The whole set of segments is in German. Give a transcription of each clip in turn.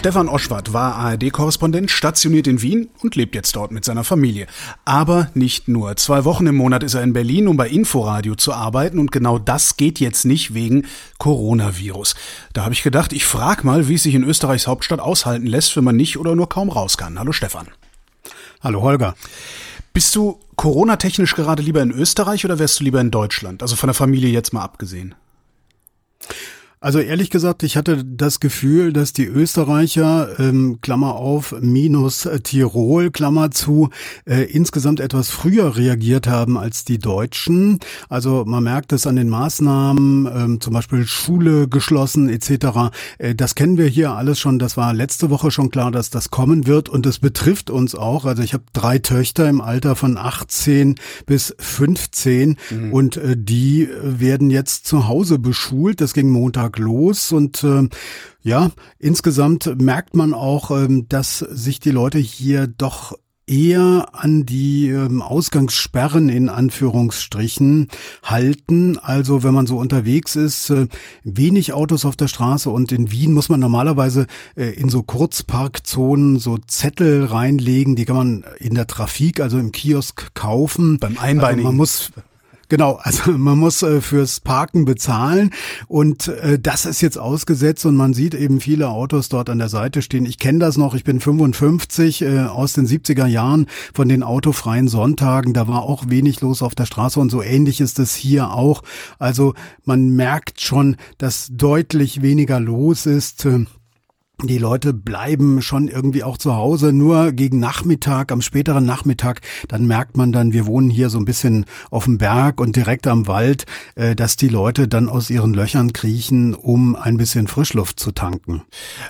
Stefan Oschwart war ARD-Korrespondent, stationiert in Wien und lebt jetzt dort mit seiner Familie. Aber nicht nur. 2 Wochen im Monat ist er in Berlin, um bei Inforadio zu arbeiten, und genau das geht jetzt nicht wegen Coronavirus. Da habe ich gedacht, ich frage mal, wie es sich in Österreichs Hauptstadt aushalten lässt, wenn man nicht oder nur kaum raus kann. Hallo Stefan. Hallo Holger. Bist du Corona-technisch gerade lieber in Österreich oder wärst du lieber in Deutschland? Also von der Familie jetzt mal abgesehen. Also ehrlich gesagt, ich hatte das Gefühl, dass die Österreicher, Klammer auf, minus Tirol, Klammer zu, insgesamt etwas früher reagiert haben als die Deutschen. Also man merkt es an den Maßnahmen, zum Beispiel Schule geschlossen etc. Das kennen wir hier alles schon. Das war letzte Woche schon klar, dass das kommen wird, und es betrifft uns auch. Also ich habe 3 Töchter im Alter von 18 bis 15 und die werden jetzt zu Hause beschult. Das ging Montag los, und insgesamt merkt man auch, dass sich die Leute hier doch eher an die Ausgangssperren in Anführungsstrichen halten. Also wenn man so unterwegs ist, wenig Autos auf der Straße, und in Wien muss man normalerweise in so Kurzparkzonen so Zettel reinlegen, die kann man in der Trafik, also im Kiosk, kaufen. Beim Einbeinigen. Also man muss fürs Parken bezahlen, und das ist jetzt ausgesetzt, und man sieht eben viele Autos dort an der Seite stehen. Ich kenne das noch, ich bin 55, aus den 70er Jahren, von den autofreien Sonntagen. Da war auch wenig los auf der Straße, und so ähnlich ist es hier auch. Also man merkt schon, dass deutlich weniger los ist. Die Leute bleiben schon irgendwie auch zu Hause, nur gegen Nachmittag, am späteren Nachmittag, dann merkt man dann, wir wohnen hier so ein bisschen auf dem Berg und direkt am Wald, dass die Leute dann aus ihren Löchern kriechen, um ein bisschen Frischluft zu tanken.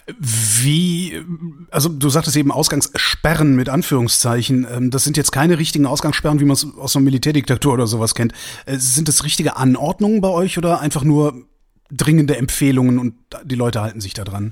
Also du sagtest eben Ausgangssperren mit Anführungszeichen, das sind jetzt keine richtigen Ausgangssperren, wie man es aus einer Militärdiktatur oder sowas kennt. Sind das richtige Anordnungen bei euch oder einfach nur dringende Empfehlungen und die Leute halten sich da dran?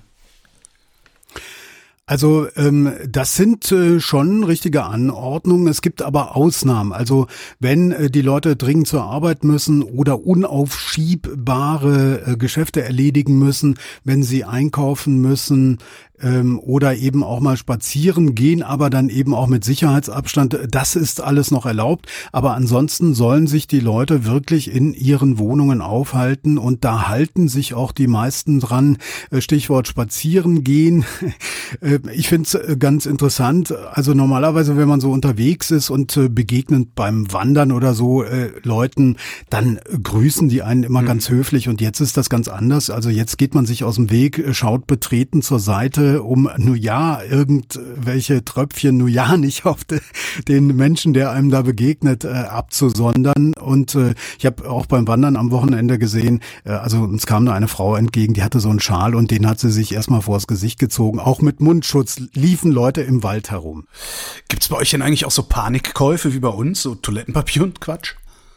Also das sind schon richtige Anordnungen. Es gibt aber Ausnahmen. Also wenn die Leute dringend zur Arbeit müssen oder unaufschiebbare Geschäfte erledigen müssen, wenn sie einkaufen müssen, oder eben auch mal spazieren gehen, aber dann eben auch mit Sicherheitsabstand, das ist alles noch erlaubt. Aber ansonsten sollen sich die Leute wirklich in ihren Wohnungen aufhalten, und da halten sich auch die meisten dran. Stichwort spazieren gehen. Ich finde es ganz interessant. Also normalerweise, wenn man so unterwegs ist und begegnet beim Wandern oder so Leuten, dann grüßen die einen immer ganz höflich, und jetzt ist das ganz anders. Also jetzt geht man sich aus dem Weg, schaut betreten zur Seite, um irgendwelche Tröpfchen nicht auf den Menschen, der einem da begegnet, abzusondern. Und ich habe auch beim Wandern am Wochenende gesehen, also uns kam da eine Frau entgegen, die hatte so einen Schal, und den hat sie sich erstmal vors Gesicht gezogen. Auch mit Mundschutz liefen Leute im Wald herum. Gibt's bei euch denn eigentlich auch so Panikkäufe wie bei uns, so Toilettenpapier und Quatsch?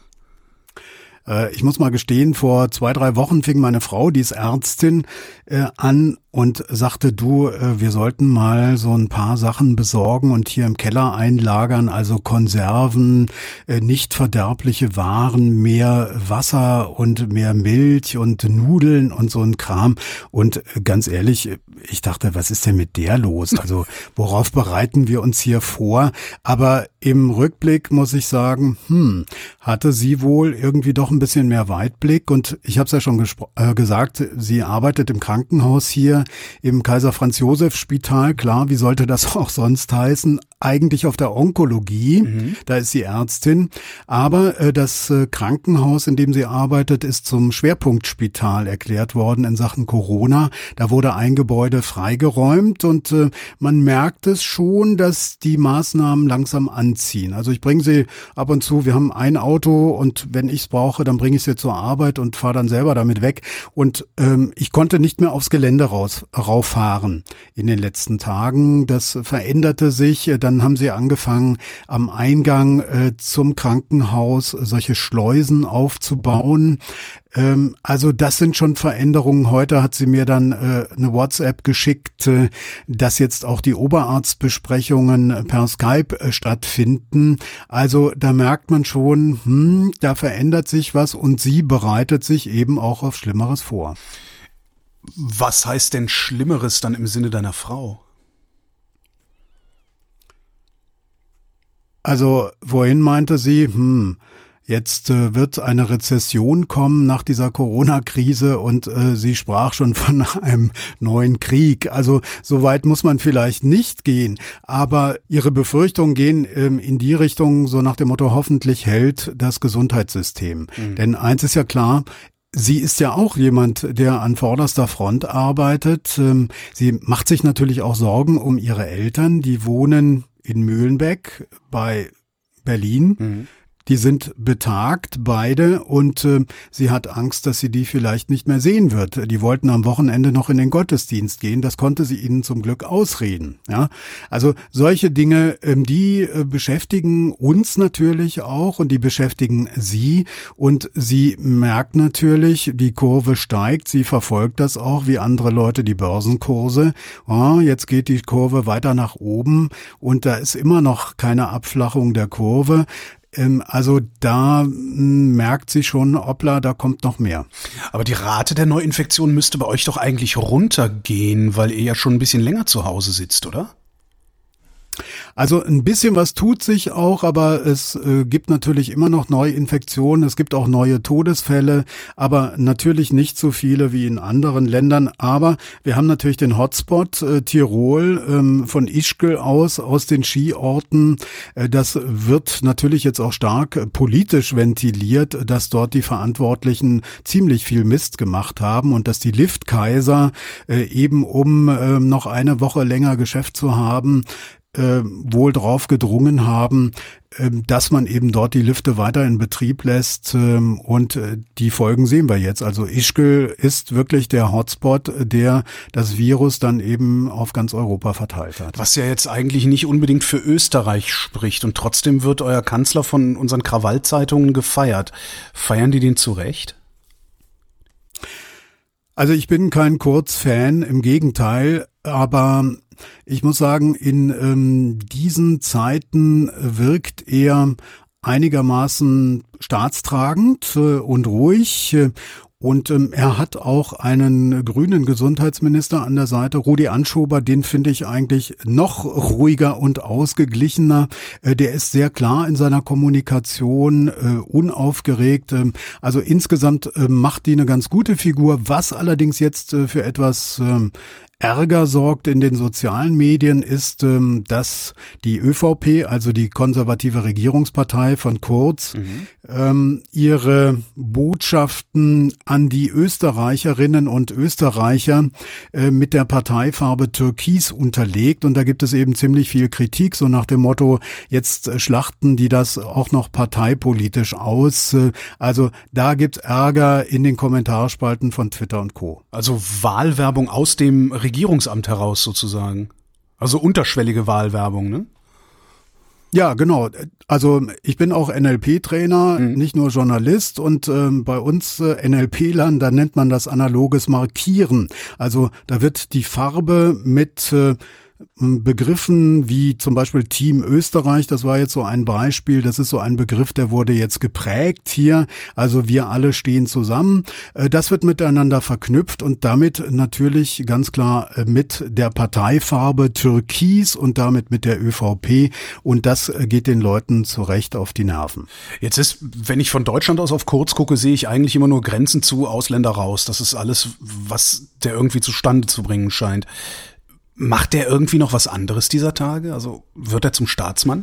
Ich muss mal gestehen, vor 2-3 Wochen fing meine Frau, die ist Ärztin, an und sagte, wir sollten mal so ein paar Sachen besorgen und hier im Keller einlagern, also Konserven, nicht verderbliche Waren, mehr Wasser und mehr Milch und Nudeln und so ein Kram. Und ganz ehrlich, ich dachte, was ist denn mit der los? Also worauf bereiten wir uns hier vor? Aber im Rückblick muss ich sagen, hatte sie wohl irgendwie doch ein bisschen mehr Weitblick, und ich habe es ja schon gesagt, sie arbeitet im Krankenhaus hier im Kaiser-Franz-Joseph-Spital. Klar, wie sollte das auch sonst heißen? Eigentlich auf der Onkologie, da ist sie Ärztin, aber das Krankenhaus, in dem sie arbeitet, ist zum Schwerpunktspital erklärt worden in Sachen Corona. Da wurde ein Gebäude freigeräumt, und man merkt es schon, dass die Maßnahmen langsam anziehen. Also ich bringe sie ab und zu, wir haben ein Auto, und wenn ich es brauche, dann bringe ich sie zur Arbeit und fahre dann selber damit weg, und ich konnte nicht mehr aufs Gelände rauffahren in den letzten Tagen. Das veränderte sich. Dann haben sie angefangen, am Eingang zum Krankenhaus solche Schleusen aufzubauen. Also das sind schon Veränderungen. Heute hat sie mir dann eine WhatsApp geschickt, dass jetzt auch die Oberarztbesprechungen per Skype stattfinden. Also da merkt man schon, da verändert sich was, und sie bereitet sich eben auch auf Schlimmeres vor. Was heißt denn Schlimmeres dann im Sinne deiner Frau? Also vorhin meinte sie, jetzt wird eine Rezession kommen nach dieser Corona-Krise und sie sprach schon von einem neuen Krieg. Also so weit muss man vielleicht nicht gehen, aber ihre Befürchtungen gehen in die Richtung, so nach dem Motto, hoffentlich hält das Gesundheitssystem. Denn eins ist ja klar, sie ist ja auch jemand, der an vorderster Front arbeitet. Sie macht sich natürlich auch Sorgen um ihre Eltern, die wohnen in Mühlenbeck bei Berlin. Die sind betagt, beide, und sie hat Angst, dass sie die vielleicht nicht mehr sehen wird. Die wollten am Wochenende noch in den Gottesdienst gehen, das konnte sie ihnen zum Glück ausreden. Ja, also solche Dinge, die beschäftigen uns natürlich auch und die beschäftigen sie, und sie merkt natürlich, die Kurve steigt, sie verfolgt das auch wie andere Leute die Börsenkurse. Oh, jetzt geht die Kurve weiter nach oben und da ist immer noch keine Abflachung der Kurve. Also da merkt sie schon, hoppla, da kommt noch mehr. Aber die Rate der Neuinfektion müsste bei euch doch eigentlich runtergehen, weil ihr ja schon ein bisschen länger zu Hause sitzt, oder? Also ein bisschen was tut sich auch, aber es gibt natürlich immer noch Neuinfektionen, es gibt auch neue Todesfälle, aber natürlich nicht so viele wie in anderen Ländern. Aber wir haben natürlich den Hotspot Tirol von Ischgl aus den Skiorten. Das wird natürlich jetzt auch stark politisch ventiliert, dass dort die Verantwortlichen ziemlich viel Mist gemacht haben und dass die Liftkaiser eben, um noch eine Woche länger Geschäft zu haben, wohl drauf gedrungen haben, dass man eben dort die Lifte weiter in Betrieb lässt, und die Folgen sehen wir jetzt. Also Ischgl ist wirklich der Hotspot, der das Virus dann eben auf ganz Europa verteilt hat. Was ja jetzt eigentlich nicht unbedingt für Österreich spricht, und trotzdem wird euer Kanzler von unseren Krawallzeitungen gefeiert. Feiern die den zu Recht? Also ich bin kein Kurz-Fan, im Gegenteil, aber ich muss sagen, in diesen Zeiten wirkt er einigermaßen staatstragend und ruhig. Und er hat auch einen grünen Gesundheitsminister an der Seite, Rudi Anschober, den finde ich eigentlich noch ruhiger und ausgeglichener. Der ist sehr klar in seiner Kommunikation, unaufgeregt. Also insgesamt macht die eine ganz gute Figur, was allerdings jetzt für etwas Ärger sorgt in den sozialen Medien, ist, dass die ÖVP, also die konservative Regierungspartei von Kurz, ihre Botschaften an die Österreicherinnen und Österreicher mit der Parteifarbe Türkis unterlegt. Und da gibt es eben ziemlich viel Kritik, so nach dem Motto, jetzt schlachten die das auch noch parteipolitisch aus. Also da gibt's Ärger in den Kommentarspalten von Twitter und Co. Also Wahlwerbung aus dem Regierungsamt heraus sozusagen. Also unterschwellige Wahlwerbung, ne? Ja, genau. Also ich bin auch NLP-Trainer, nicht nur Journalist, und bei uns NLP-Lern, da nennt man das analoges Markieren. Also da wird die Farbe mit Begriffen wie zum Beispiel Team Österreich, das war jetzt so ein Beispiel, das ist so ein Begriff, der wurde jetzt geprägt hier, also wir alle stehen zusammen, das wird miteinander verknüpft und damit natürlich ganz klar mit der Parteifarbe Türkis und damit mit der ÖVP, und das geht den Leuten zu Recht auf die Nerven. Jetzt ist, wenn ich von Deutschland aus auf Kurz gucke, sehe ich eigentlich immer nur Grenzen zu, Ausländer raus. Das ist alles, was der irgendwie zustande zu bringen scheint. Macht der irgendwie noch was anderes dieser Tage? Also wird er zum Staatsmann?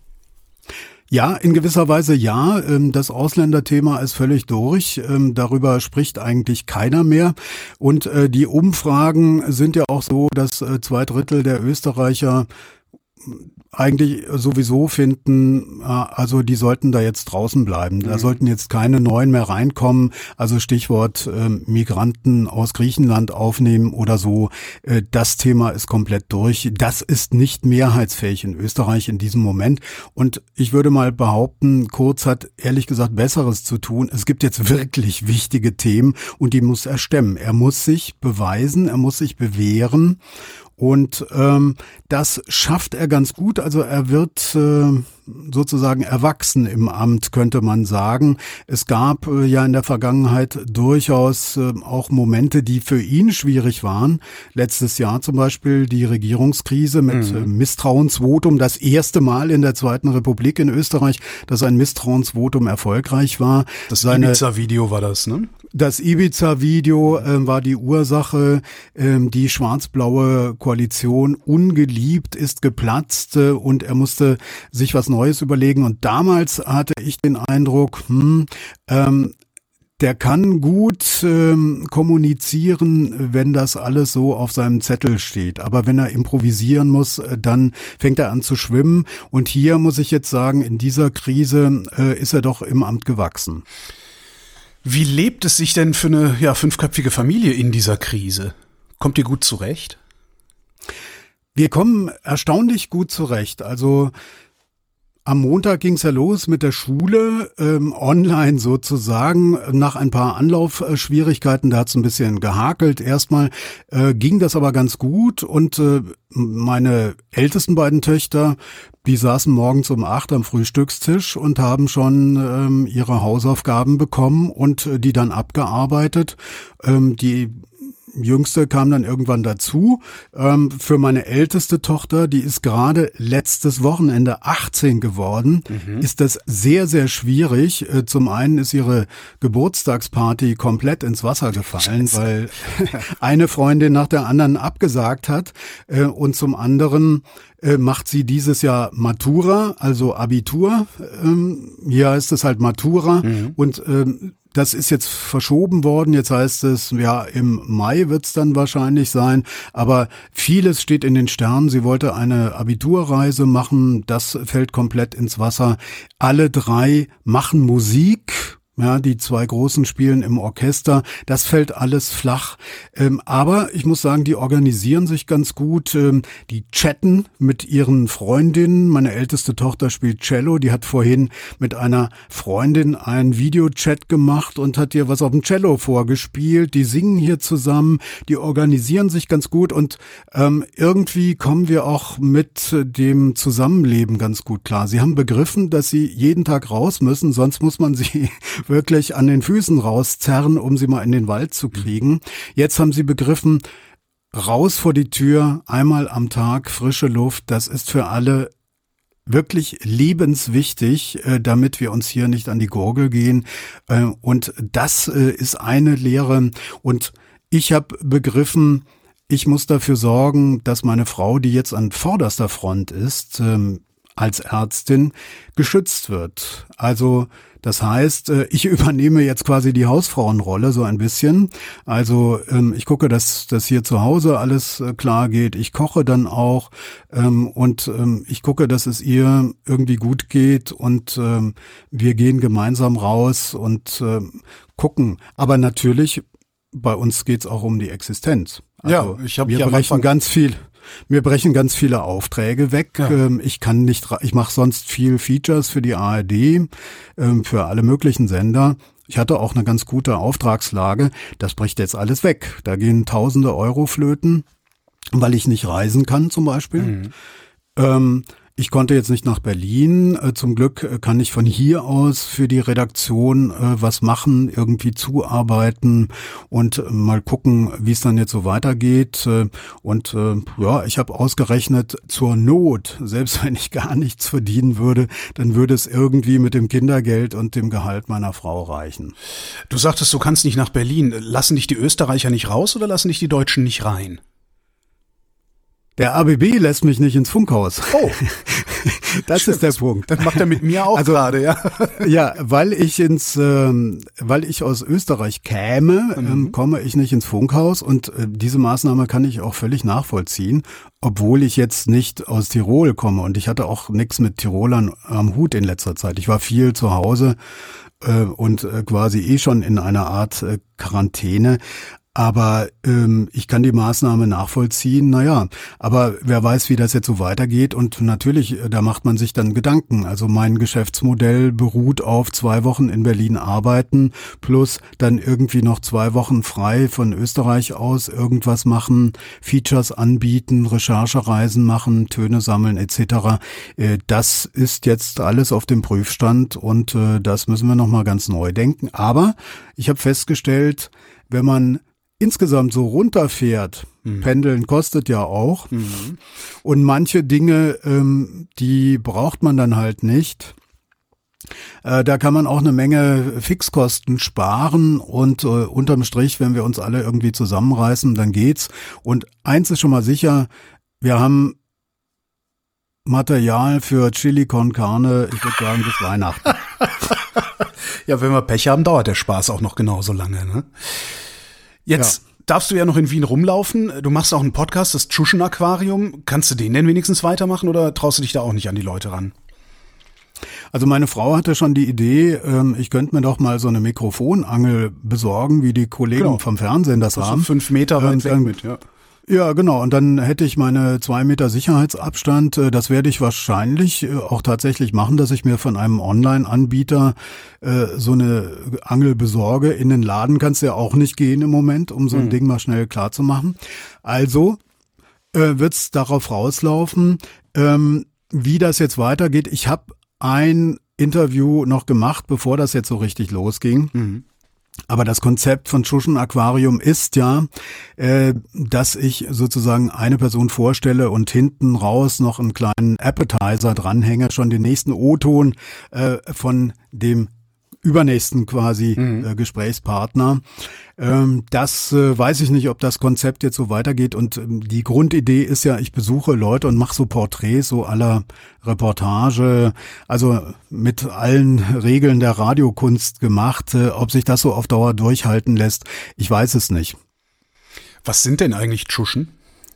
Ja, in gewisser Weise ja. Das Ausländerthema ist völlig durch. Darüber spricht eigentlich keiner mehr. Und die Umfragen sind ja auch so, dass 2/3 der Österreicher eigentlich sowieso finden, also die sollten da jetzt draußen bleiben. Da sollten jetzt keine neuen mehr reinkommen. Also Stichwort Migranten aus Griechenland aufnehmen oder so. Das Thema ist komplett durch. Das ist nicht mehrheitsfähig in Österreich in diesem Moment. Und ich würde mal behaupten, Kurz hat ehrlich gesagt Besseres zu tun. Es gibt jetzt wirklich wichtige Themen und die muss er stemmen. Er muss sich beweisen, er muss sich bewähren. Und das schafft er ganz gut. Also er wird sozusagen erwachsen im Amt, könnte man sagen. Es gab ja in der Vergangenheit durchaus auch Momente, die für ihn schwierig waren. Letztes Jahr zum Beispiel die Regierungskrise mit Misstrauensvotum. Das erste Mal in der Zweiten Republik in Österreich, dass ein Misstrauensvotum erfolgreich war. Das Ibiza-Video war das, ne? Das Ibiza-Video war die Ursache. Die schwarz-blaue Koalition, ungeliebt, ist geplatzt und er musste sich was Neues überlegen. Und damals hatte ich den Eindruck, der kann gut kommunizieren, wenn das alles so auf seinem Zettel steht. Aber wenn er improvisieren muss, dann fängt er an zu schwimmen. Und hier muss ich jetzt sagen, in dieser Krise ist er doch im Amt gewachsen. Wie lebt es sich denn für eine 5-köpfige Familie in dieser Krise? Kommt ihr gut zurecht? Wir kommen erstaunlich gut zurecht. Also am Montag ging's ja los mit der Schule, online sozusagen. Nach ein paar Anlaufschwierigkeiten, da hat's ein bisschen gehakelt. Erstmal ging das aber ganz gut und meine ältesten beiden Töchter, die saßen morgens um 8 am Frühstückstisch und haben schon ihre Hausaufgaben bekommen und die dann abgearbeitet. Die Jüngste kam dann irgendwann dazu. Für meine älteste Tochter, die ist gerade letztes Wochenende 18 geworden, ist das sehr, sehr schwierig. Zum einen ist ihre Geburtstagsparty komplett ins Wasser gefallen, weil eine Freundin nach der anderen abgesagt hat. Und zum anderen macht sie dieses Jahr Matura, also Abitur. Hier heißt es halt Matura. Und das ist jetzt verschoben worden. Jetzt heißt es, ja, im Mai wird's dann wahrscheinlich sein. Aber vieles steht in den Sternen. Sie wollte eine Abiturreise machen. Das fällt komplett ins Wasser. Alle drei machen Musik. Ja, die zwei Großen spielen im Orchester. Das fällt alles flach. Aber ich muss sagen, die organisieren sich ganz gut. Die chatten mit ihren Freundinnen. Meine älteste Tochter spielt Cello. Die hat vorhin mit einer Freundin einen Videochat gemacht und hat ihr was auf dem Cello vorgespielt. Die singen hier zusammen. Die organisieren sich ganz gut. Und irgendwie kommen wir auch mit dem Zusammenleben ganz gut klar. Sie haben begriffen, dass sie jeden Tag raus müssen. Sonst muss man sie wirklich an den Füßen rauszerren, um sie mal in den Wald zu kriegen. Jetzt haben sie begriffen, raus vor die Tür, einmal am Tag, frische Luft, das ist für alle wirklich lebenswichtig, damit wir uns hier nicht an die Gurgel gehen. Und das ist eine Lehre. Und ich habe begriffen, ich muss dafür sorgen, dass meine Frau, die jetzt an vorderster Front ist, als Ärztin geschützt wird. Also das heißt, ich übernehme jetzt quasi die Hausfrauenrolle so ein bisschen. Also ich gucke, dass hier zu Hause alles klar geht. Ich koche dann auch und ich gucke, dass es ihr irgendwie gut geht und wir gehen gemeinsam raus und gucken. Aber natürlich, bei uns geht's auch um die Existenz. Also, ja, wir brechen ganz viel. Mir brechen ganz viele Aufträge weg. Ja. Ich mache sonst viel Features für die ARD, für alle möglichen Sender. Ich hatte auch eine ganz gute Auftragslage. Das bricht jetzt alles weg. Da gehen Tausende Euro flöten, weil ich nicht reisen kann zum Beispiel. Ich konnte jetzt nicht nach Berlin. Zum Glück kann ich von hier aus für die Redaktion was machen, irgendwie zuarbeiten und mal gucken, wie es dann jetzt so weitergeht. Und ich habe ausgerechnet, zur Not, selbst wenn ich gar nichts verdienen würde, dann würde es irgendwie mit dem Kindergeld und dem Gehalt meiner Frau reichen. Du sagtest, du kannst nicht nach Berlin. Lassen dich die Österreicher nicht raus oder lassen dich die Deutschen nicht rein? Der ABB lässt mich nicht ins Funkhaus. Oh, das ist der Punkt. Das macht er mit mir auch gerade, ja. Ja, weil ich aus Österreich käme, komme ich nicht ins Funkhaus und diese Maßnahme kann ich auch völlig nachvollziehen, obwohl ich jetzt nicht aus Tirol komme und ich hatte auch nichts mit Tirolern am Hut in letzter Zeit. Ich war viel zu Hause und quasi schon in einer Art Quarantäne. Aber ich kann die Maßnahme nachvollziehen, naja, aber wer weiß, wie das jetzt so weitergeht und natürlich, da macht man sich dann Gedanken. Also mein Geschäftsmodell beruht auf 2 Wochen in Berlin arbeiten plus dann irgendwie noch 2 Wochen frei von Österreich aus irgendwas machen, Features anbieten, Recherchereisen machen, Töne sammeln etc. Das ist jetzt alles auf dem Prüfstand und das müssen wir nochmal ganz neu denken. Aber ich habe festgestellt, wenn man insgesamt so runterfährt, Pendeln kostet ja auch, und manche Dinge, die braucht man dann halt nicht. Da kann man auch eine Menge Fixkosten sparen und unterm Strich, wenn wir uns alle irgendwie zusammenreißen, dann geht's. Und eins ist schon mal sicher, wir haben Material für Chili con Carne, ich würde sagen, bis Weihnachten. Ja, wenn wir Pech haben, dauert der Spaß auch noch genauso lange, ne? Jetzt darfst du ja noch in Wien rumlaufen. Du machst auch einen Podcast, das Tschuschen-Aquarium. Kannst du den denn wenigstens weitermachen oder traust du dich da auch nicht an die Leute ran? Also meine Frau hatte schon die Idee, ich könnte mir doch mal so eine Mikrofonangel besorgen, wie die Kollegen vom Fernsehen das haben. 5 Meter weit weg mit, ja. Ja, genau. Und dann hätte ich meine 2 Meter Sicherheitsabstand. Das werde ich wahrscheinlich auch tatsächlich machen, dass ich mir von einem Online-Anbieter so eine Angel besorge. In den Laden kannst du ja auch nicht gehen im Moment, um so ein Ding mal schnell klar zu machen. Also wird's darauf rauslaufen, wie das jetzt weitergeht. Ich habe ein Interview noch gemacht, bevor das jetzt so richtig losging. Aber das Konzept von Tschuschen Aquarium ist ja, dass ich sozusagen eine Person vorstelle und hinten raus noch einen kleinen Appetizer dranhänge, schon den nächsten O-Ton von dem übernächsten quasi Gesprächspartner. Das weiß ich nicht, ob das Konzept jetzt so weitergeht. Und die Grundidee ist ja, ich besuche Leute und mache so Porträts, so à la Reportage, also mit allen Regeln der Radiokunst gemacht. Ob sich das so auf Dauer durchhalten lässt, ich weiß es nicht. Was sind denn eigentlich Tschuschen?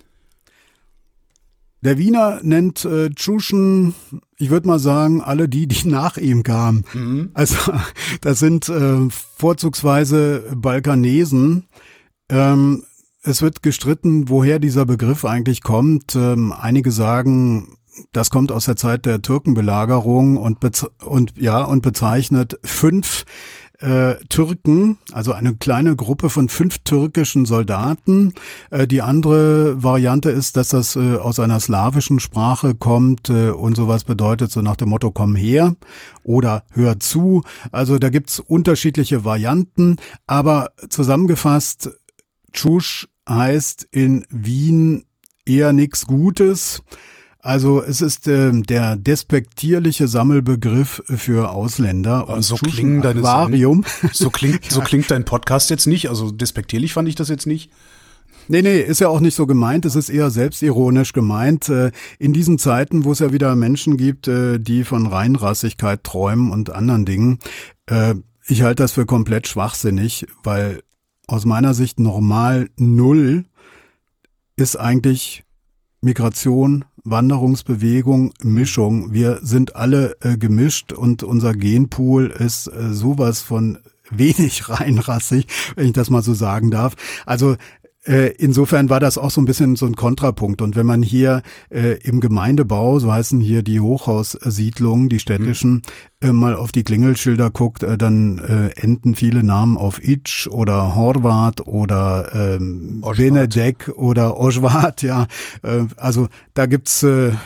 Der Wiener nennt Tschuschen, ich würde mal sagen, alle die nach ihm kamen. Also das sind vorzugsweise Balkanesen. Es wird gestritten, woher dieser Begriff eigentlich kommt. Einige sagen, das kommt aus der Zeit der Türkenbelagerung und bezeichnet 5 Türken, also eine kleine Gruppe von 5 türkischen Soldaten. Die andere Variante ist, dass das aus einer slawischen Sprache kommt und sowas bedeutet, so nach dem Motto, komm her oder hör zu. Also da gibt's unterschiedliche Varianten, aber zusammengefasst, Tschusch heißt in Wien eher nichts Gutes. Also es ist der despektierliche Sammelbegriff für Ausländer. Und so klingt Aquarium. So klingt dein Podcast jetzt nicht. Also despektierlich fand ich das jetzt nicht. Nee, ist ja auch nicht so gemeint. Es ist eher selbstironisch gemeint. In diesen Zeiten, wo es ja wieder Menschen gibt, die von Reinrassigkeit träumen und anderen Dingen. Ich halte das für komplett schwachsinnig, weil aus meiner Sicht normal 0 ist eigentlich Migration, Wanderungsbewegung, Mischung. Wir sind alle gemischt und unser Genpool ist sowas von wenig reinrassig, wenn ich das mal so sagen darf. Also insofern war das auch so ein bisschen so ein Kontrapunkt. Und wenn man hier im Gemeindebau, so heißen hier die Hochhaussiedlungen, die städtischen, mal auf die Klingelschilder guckt, dann enden viele Namen auf Itsch oder Horvath oder Benedek oder Ožvat, ja. Also da gibt's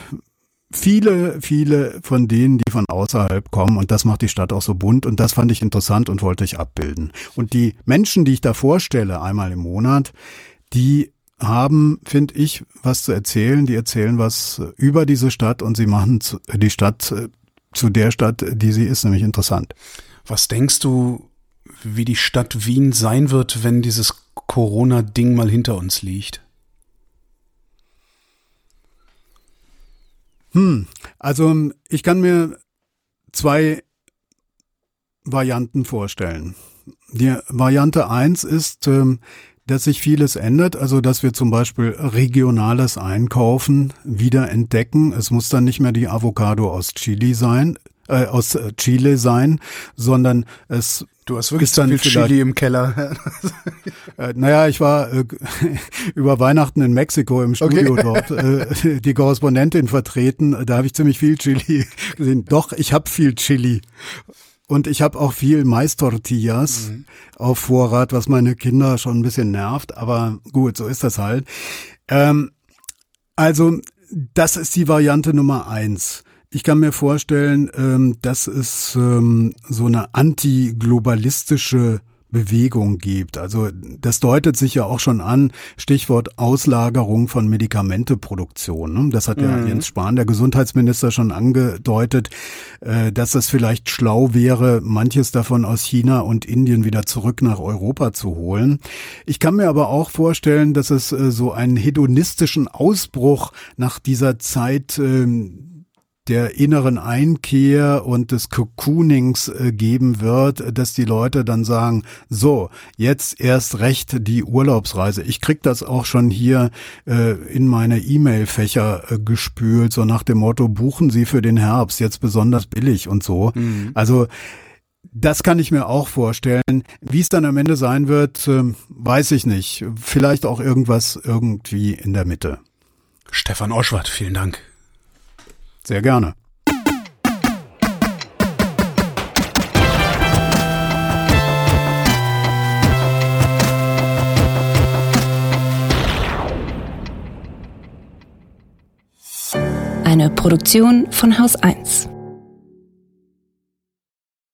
viele von denen, die von außerhalb kommen, und das macht die Stadt auch so bunt, und das fand ich interessant und wollte ich abbilden. Und die Menschen, die ich da vorstelle, einmal im Monat, die haben, finde ich, was zu erzählen. Die erzählen was über diese Stadt und sie machen die Stadt zu der Stadt, die sie ist, nämlich interessant. Was denkst du, wie die Stadt Wien sein wird, wenn dieses Corona-Ding mal hinter uns liegt? Also ich kann mir 2 Varianten vorstellen. Die Variante 1 ist, dass sich vieles ändert, also dass wir zum Beispiel regionales Einkaufen wieder entdecken. Es muss dann nicht mehr die Avocado aus Chile sein. aus Chile sein, sondern es Du hast wirklich zu viel Chili im Keller. Naja, ich war über Weihnachten in Mexiko im Studio dort, die Korrespondentin vertreten. Da habe ich ziemlich viel Chili gesehen. Doch, ich habe viel Chili. Und ich habe auch viel Mais-Tortillas auf Vorrat, was meine Kinder schon ein bisschen nervt. Aber gut, so ist das halt. Also, das ist die Variante Nummer 1. Ich kann mir vorstellen, dass es so eine antiglobalistische Bewegung gibt. Also das deutet sich ja auch schon an, Stichwort Auslagerung von Medikamenteproduktion. Ne? Das hat ja Jens Spahn, der Gesundheitsminister, schon angedeutet, dass es vielleicht schlau wäre, manches davon aus China und Indien wieder zurück nach Europa zu holen. Ich kann mir aber auch vorstellen, dass es so einen hedonistischen Ausbruch nach dieser Zeit der inneren Einkehr und des Cocoonings geben wird, dass die Leute dann sagen, so, jetzt erst recht die Urlaubsreise. Ich krieg das auch schon hier in meine E-Mail-Fächer gespült, so nach dem Motto, buchen Sie für den Herbst jetzt besonders billig und so. Also das kann ich mir auch vorstellen. Wie es dann am Ende sein wird, weiß ich nicht. Vielleicht auch irgendwas irgendwie in der Mitte. Stefan Oschwart, vielen Dank. Sehr gerne. Eine Produktion von Haus 1.